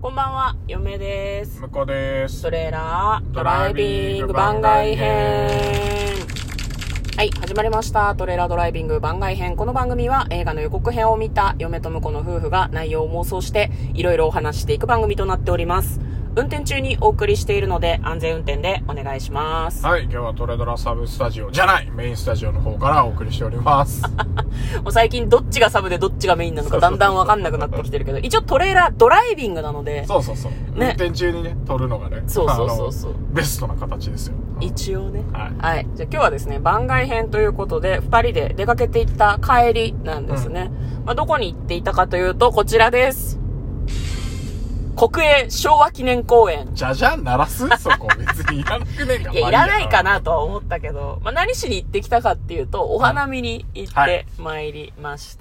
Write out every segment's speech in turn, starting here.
こんばんは、嫁です。 向こうです。 トレーラードライビング番外編。はい、始まりました。トレーラードライビング番外編。この番組は映画の予告編を見た嫁と婿の夫婦が内容を妄想していろいろお話していく番組となっております。運転中にお送りしているので安全運転でお願いします。 はい、今日はトレドラサブスタジオじゃないメインスタジオの方からお送りしておりますもう最近どっちがサブでどっちがメインなのかだんだんわかんなくなってきてるけど、一応トレーラードライビングなので、 そう、ね、運転中にね撮るのがね、 そうベストな形ですよ。 一応ね、 はい、 じゃあ今日はですね番外編ということで2人で出かけていった帰りなんですね、どこに行っていたかというとこちらです。国営昭和記念公園。 じゃじゃん鳴らすそこ別にいらなくねえか。 いや、いらないかなとは思ったけど、何しに行ってきたかっていうと、お花見に行って参りました。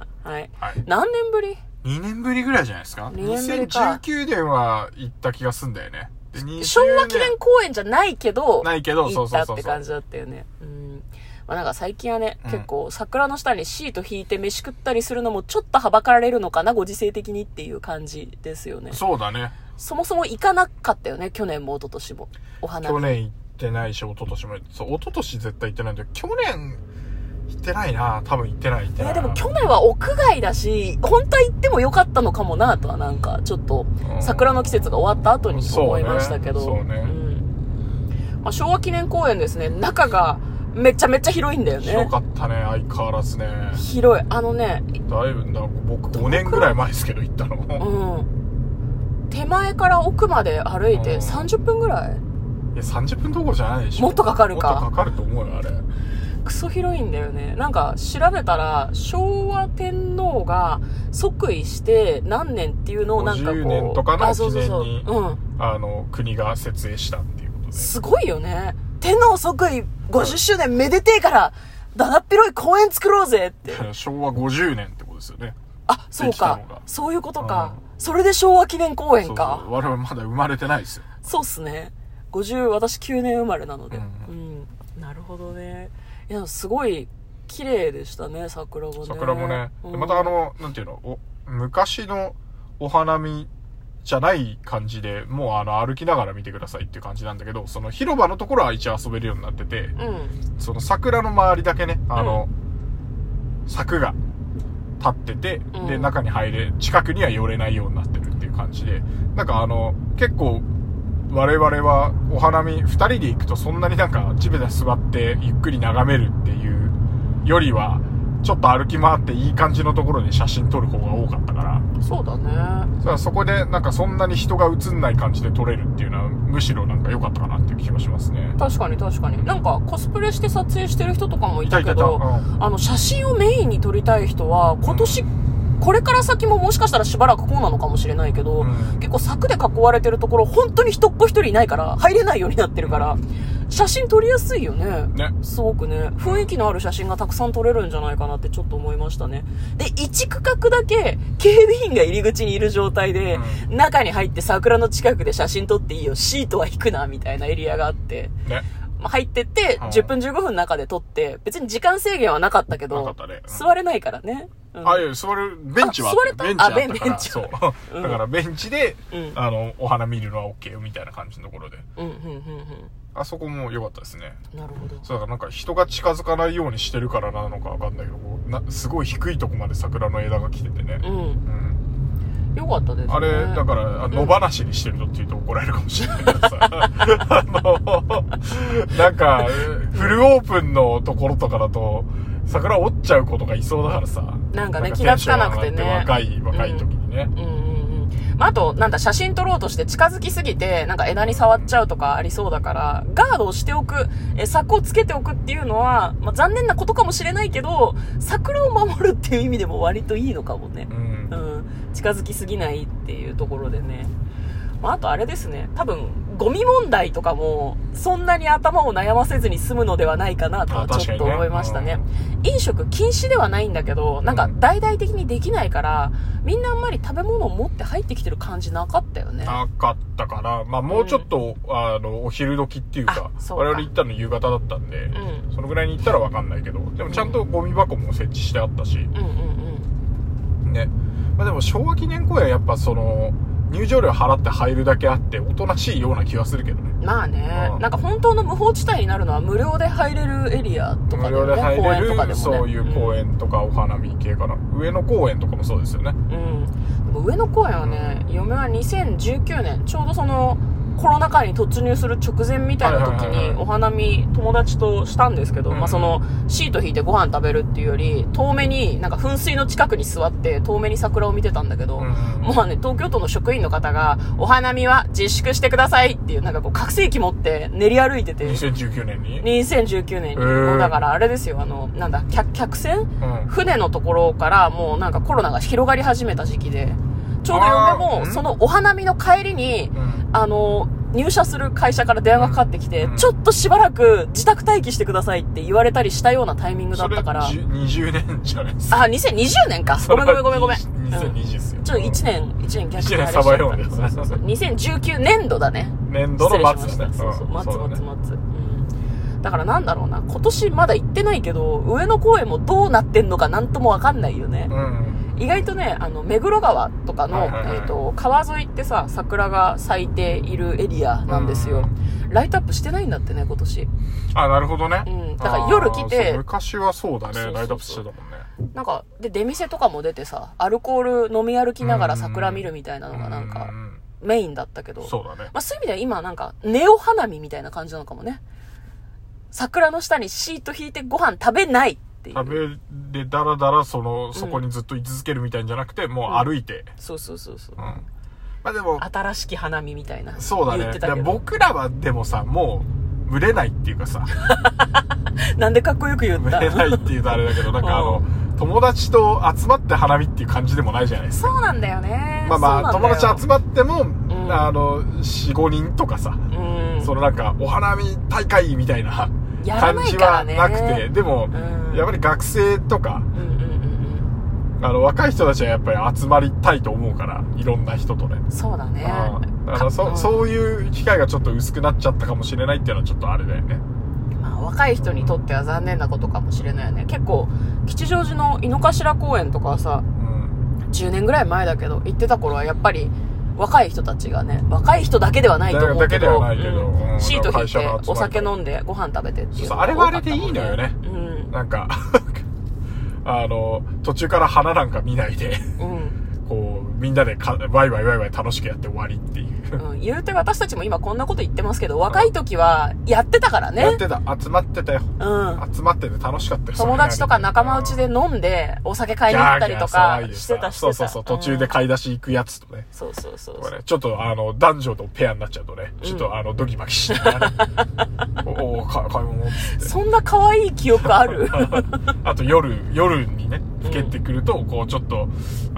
はい。何年ぶり ?2 年ぶりぐらいじゃないですか。 2年ぶりか。 2019年は行った気がすんだよね。 昭和記念公園じゃないけど、 行ったって感じだったよね。なんか最近はね、結構桜の下にシート引いて飯食ったりするのもちょっとはばかられるのかな、ご時世的にっていう感じですよね。 そうだね。 そもそも行かなかったよね、去年も一昨年も。お花見。 去年行ってないし、一昨年も。そう、一昨年絶対行ってないんだけど、去年行ってないな。多分行ってない。 でも去年は屋外だし、本当は行ってもよかったのかもなとはなんか、ちょっと、桜の季節が終わった後に思いましたけど。 そうね。 昭和記念公園ですね、中が、めちゃめちゃ広いんだよね。 広かったね、相変わらずね。 広い。だいぶ僕5年ぐらい前ですけど行ったの。 手前から奥まで歩いて30分ぐらい。 いや、30分どころじゃないでしょ。 もっとかかるか。 もっとかかると思うよ、あれ。 クソ広いんだよね。なんか調べたら、昭和天皇が即位して何年っていうのをなんかこう。 50年とかの記念に、 そう国が設営したっていうことで。 すごいよね。天皇即位50周年めでてえから、だだっ広い公園作ろうぜって。 昭和50年ってことですよね。 あ、そうか。そういうことか。それで昭和記念公園か。 そう我々まだ生まれてないですよ。 そうっすね。私9年生まれなので。なるほどね。いや、すごい綺麗でしたね、桜もね。 桜もね。またなんていうの、昔のお花見じゃない感じで、もう歩きながら見てくださいっていう感じなんだけど、その広場のところは一応遊べるようになってて、その桜の周りだけね、柵が立ってて、で、中に近くには寄れないようになってるっていう感じで、なんか結構、我々はお花見2人で行くとそんなになんか地べた座ってゆっくり眺めるっていうよりは、ちょっと歩き回っていい感じのところで写真撮る方が多かったから。 そうだね。 そこでなんかそんなに人が映んない感じで撮れるっていうのはむしろなんか良かったかなっていう気がしますね。 確かに。なんかコスプレして撮影してる人とかもいたけど、写真をメインに撮りたい人は今年、これから先ももしかしたらしばらくこうなのかもしれないけど、結構柵で囲われてるところ本当に人っ子一人いないから入れないようになってるから、写真撮りやすいよね。すごくね、雰囲気のある写真がたくさん撮れるんじゃないかなってちょっと思いましたね。で、1区画だけ警備員が入り口にいる状態で、中に入って桜の近くで写真撮っていいよ、シートは引くなみたいなエリアがあって、入ってって10分15分の中で撮って、別に時間制限はなかったけど、座れないからね。 いや、座る、ベンチはあった。ベンチあったから。そう。だからベンチで、お花見るのは OK よみたいな感じのところで。あそこも良かったですね。 なるほど。 そうだからなんか人が近づかないようにしてるからなのかわかんないけど、すごい低いとこまで桜の枝が来ててね。 よかったですね。 あれ、だから、野放しにしてるのって言うと怒られるかもしれないけどさ。なんか、フルオープンのところとかだと、桜折っちゃう子とかいそうだからさ。 なんかね、気がつかなくてね。 若い時にね。 あと、写真撮ろうとして近づきすぎて、枝に触っちゃうとかありそうだから、ガードをしておく、柵をつけておくっていうのは、残念なことかもしれないけど、桜を守るっていう意味でも割といいのかもね。近づきすぎないっていうところでね。あとあれですね、多分、ゴミ問題とかも、そんなに頭を悩ませずに済むのではないかなとはちょっと思いましたね。飲食禁止ではないんだけど、大々的にできないから、みんなあんまり食べ物を持って入ってきてる感じなかったよね。 なかったから、もうちょっと、お昼時っていうか、我々行ったの夕方だったんで、そのぐらいに行ったらわかんないけど、でもちゃんとゴミ箱も設置してあったし、ね。でも昭和記念公園やっぱ入場料払って入るだけあっておとなしいような気はするけどね。 まあね、なんか本当の無法地帯になるのは無料で入れるエリアとかで、ね、 無料で入れる公園とかでもね、 そういう公園とかお花見系かな、上野公園とかもそうですよね。 でも上野公園はね、嫁は2019年ちょうどそのコロナ禍に突入する直前みたいな時にお花見友達としたんですけど、そのシート引いてご飯食べるっていうより遠目になんか噴水の近くに座って遠目に桜を見てたんだけど、もうね東京都の職員の方がお花見は自粛してくださいっていうなんかこう拡声器持って練り歩いてて、 2019年にもうだからあれですよ、なんだ客船、船のところからもうなんかコロナが広がり始めた時期で、ちょうど嫁もそのお花見の帰りに入社する会社から電話がかかってきて、ちょっとしばらく自宅待機してくださいって言われたりしたようなタイミングだったから。 それ20年じゃないですか。 あ、2020年か。ごめん。 2020っすよ。 ちょっと1年逆に1年サバ読んでる。 そう2019年度だね。 年度の末だね。 そう、末。だからなんだろうな、今年まだ行ってないけど、上野公園もどうなってんのかなんともわかんないよね。意外とね、目黒川とかの、川沿いってさ、桜が咲いているエリアなんですよ。ライトアップしてないんだってね、今年。 あ、なるほどね。 だから夜来て。 昔はそうだね、ライトアップしてたもんね。 なんか、で、出店とかも出てさ、アルコール飲み歩きながら桜見るみたいなのがなんか、メインだったけど。 そうだね。 まあそういう意味では今なんか、ネオ花見みたいな感じなのかもね。桜の下にシート引いてご飯食べない。 食べでだらだらそこにずっと居続けるみたいんじゃなくて、もう歩いて、 そう、 まあでも新しき花見みたいな。 そうだね。僕らはでもさ、もう群れないっていうかさなんでかっこよく言った？ 群れないっていうとあれだけど、なんか友達と集まって花見っていう感じでもないじゃないですか。 そうなんだよね。 まあ友達集まっても、4、5人とかさ、そのなんかお花見大会みたいな感じはなくて、でも、やっぱり学生とか、若い人たちはやっぱり集まりたいと思うから、いろんな人とね。 そうだね。 そういう機会がちょっと薄くなっちゃったかもしれないっていうのはちょっとあれだよね。 まあ若い人にとっては残念なことかもしれないよね。結構、吉祥寺の井の頭公園とかはさ、10年ぐらい前だけど、行ってた頃はやっぱり、若い人たちがね、若い人だけではないと思うけど、シート引いてお酒飲んでご飯食べてっていう。 あれはあれでいいのよね。なんか途中から花なんか見ないで、こうみんなでワイワイ楽しくやって終わりっていう、 言うて私たちも今こんなこと言ってますけど、若い時はやってたからね。 やってた、集まってたよ。集まってて楽しかったよ。 友達とか仲間内で飲んでお酒買いに行ったりとかしてた。 そう、途中で買い出し行くやつとね。 そう。 ちょっと男女とペアになっちゃうとね、ちょっとドギマギしながら買い物って。そんな可愛い記憶ある？ あと夜にね、更けてくると、こうちょっと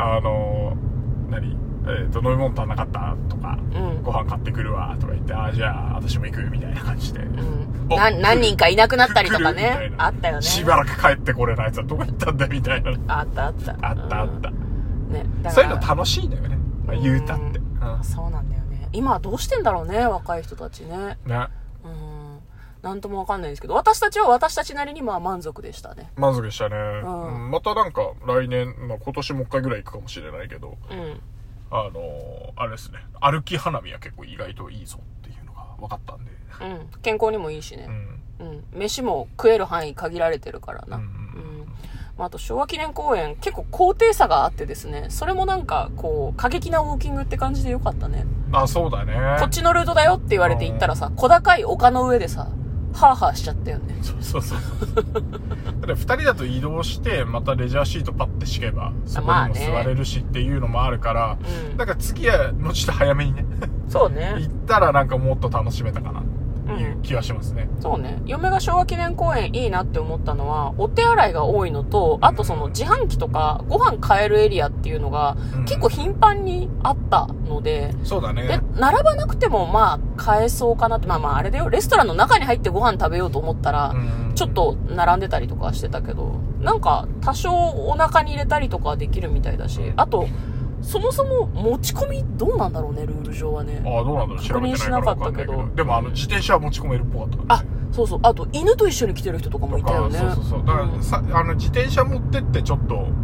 飲み物足んなかったとか、ご飯買ってくるわとか言って、じゃあ私も行くみたいな感じで、 何人かいなくなったりとかね、あったよね。 しばらく帰ってこれないやつはどこ行ったんだみたいな。 あった。 ね、そういうの楽しいんだよね、言うたって。 そうなんだよね。今はどうしてんだろうね、若い人たちね。なんともわかんないですけど、私たちは私たちなりに満足でしたね。 満足でしたね。またなんか来年、今年もう一回ぐらい行くかもしれないけど、あれですね、歩き花見は結構意外といいぞっていうのが分かったんで。 健康にもいいしね。飯も食える範囲限られてるからな。あと昭和記念公園結構高低差があってですね、それもなんかこう過激なウォーキングって感じでよかったね。 そうだね。 こっちのルートだよって言われて行ったらさ、小高い丘の上でさ、ハーハーしちゃったよね。 そう。2人だと移動してまたレジャーシートパッて敷けばそこにも座れるしっていうのもあるから、なんか次はもうちょっと早めにね、 そうね、 行ったらなんかもっと楽しめたかなっていう気はしますね。 そうね。嫁が昭和記念公園いいなって思ったのは、お手洗いが多いのと、あとその自販機とかご飯買えるエリアっていうのが結構頻繁にあったので、 そうだね。 で、並ばなくても買えそうかなって、あれだよ、レストランの中に入ってご飯食べようと思ったら、ちょっと並んでたりとかしてたけど、なんか多少お腹に入れたりとかできるみたいだし、あと、そもそも持ち込みどうなんだろうね、ルール上はね。 どうなんだろう、調べてないから分かんないけど。でも自転車は持ち込めるっぽかったからね。 そう。あと犬と一緒に来てる人とかもいたよね。 そう。だから自転車持ってってちょっと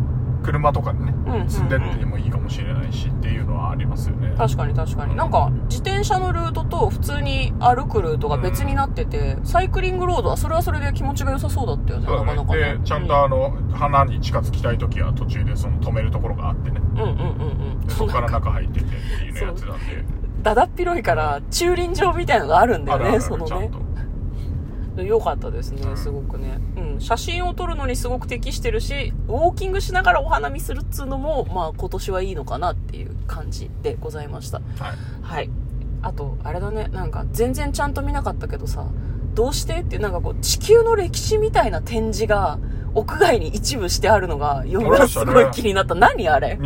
車とかでね、積んでってもいいかもしれないしっていうのはありますよね。 確かに確かに。なんか、自転車のルートと普通に歩くルートが別になってて、サイクリングロードはそれはそれで気持ちが良さそうだったよね、なかなかね。 で、ちゃんと花に近づきたいときは途中でその止めるところがあってね。そこから中入っててっていうやつなんで。 だだっ広いから、駐輪場みたいのがあるんだよね、そのね。良かったですね、すごくね。写真を撮るのにすごく適してるし、ウォーキングしながらお花見するっつうのも、まあ今年はいいのかなっていう感じでございました。はい。あと、あれだね、なんか全然ちゃんと見なかったけどさ、どうしてってなんかこう、地球の歴史みたいな展示が、屋外に一部してあるのが、夜がすごい気になった。何あれ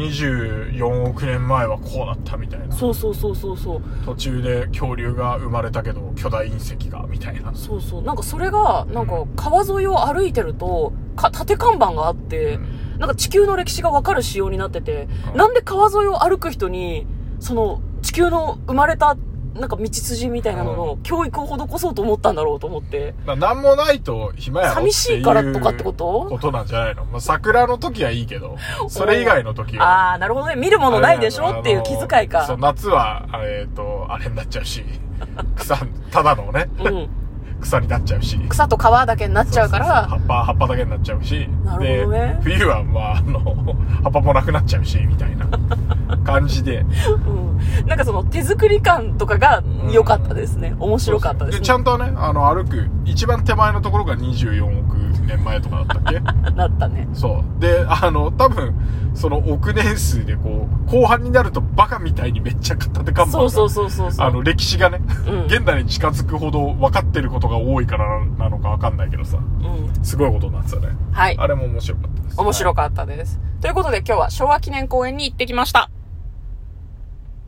?24 億年前はこうなったみたいな。 そう。 途中で恐竜が生まれたけど、巨大隕石が、みたいな。 そう。なんかそれが、なんか川沿いを歩いてると、縦看板があって、なんか地球の歴史がわかる仕様になってて、なんで川沿いを歩く人に、その地球の生まれた、なんか道筋みたいなのの教育を施そうと思ったんだろうと思って。 なんもないと暇やろっていう寂しいからとかってことなんじゃないの？まあ、桜の時はいいけど、それ以外の時は。 ああ、なるほどね。見るものないでしょっていう気遣いか。 そう、夏は、あれになっちゃうし、ただのね。草になっちゃうし。 草と皮だけになっちゃうから。 葉っぱだけになっちゃうし。 なるほどね。 で、冬は、葉っぱもなくなっちゃうし、みたいな感じで。 なんかその手作り感とかが良かったですね。面白かったですね。 で、ちゃんとね、歩く、一番手前のところが24億年前とかだったっけなったね。 そう。で、多分、その億年数でこう、後半になるとバカみたいにめっちゃ立て看板が。 そう。 歴史がね、現代に近づくほど分かってることが多いからなのか分かんないけどさ。すごいことになってたね。 はい。 あれも面白かったです。 面白かったです。ということで今日は昭和記念公園に行ってきました。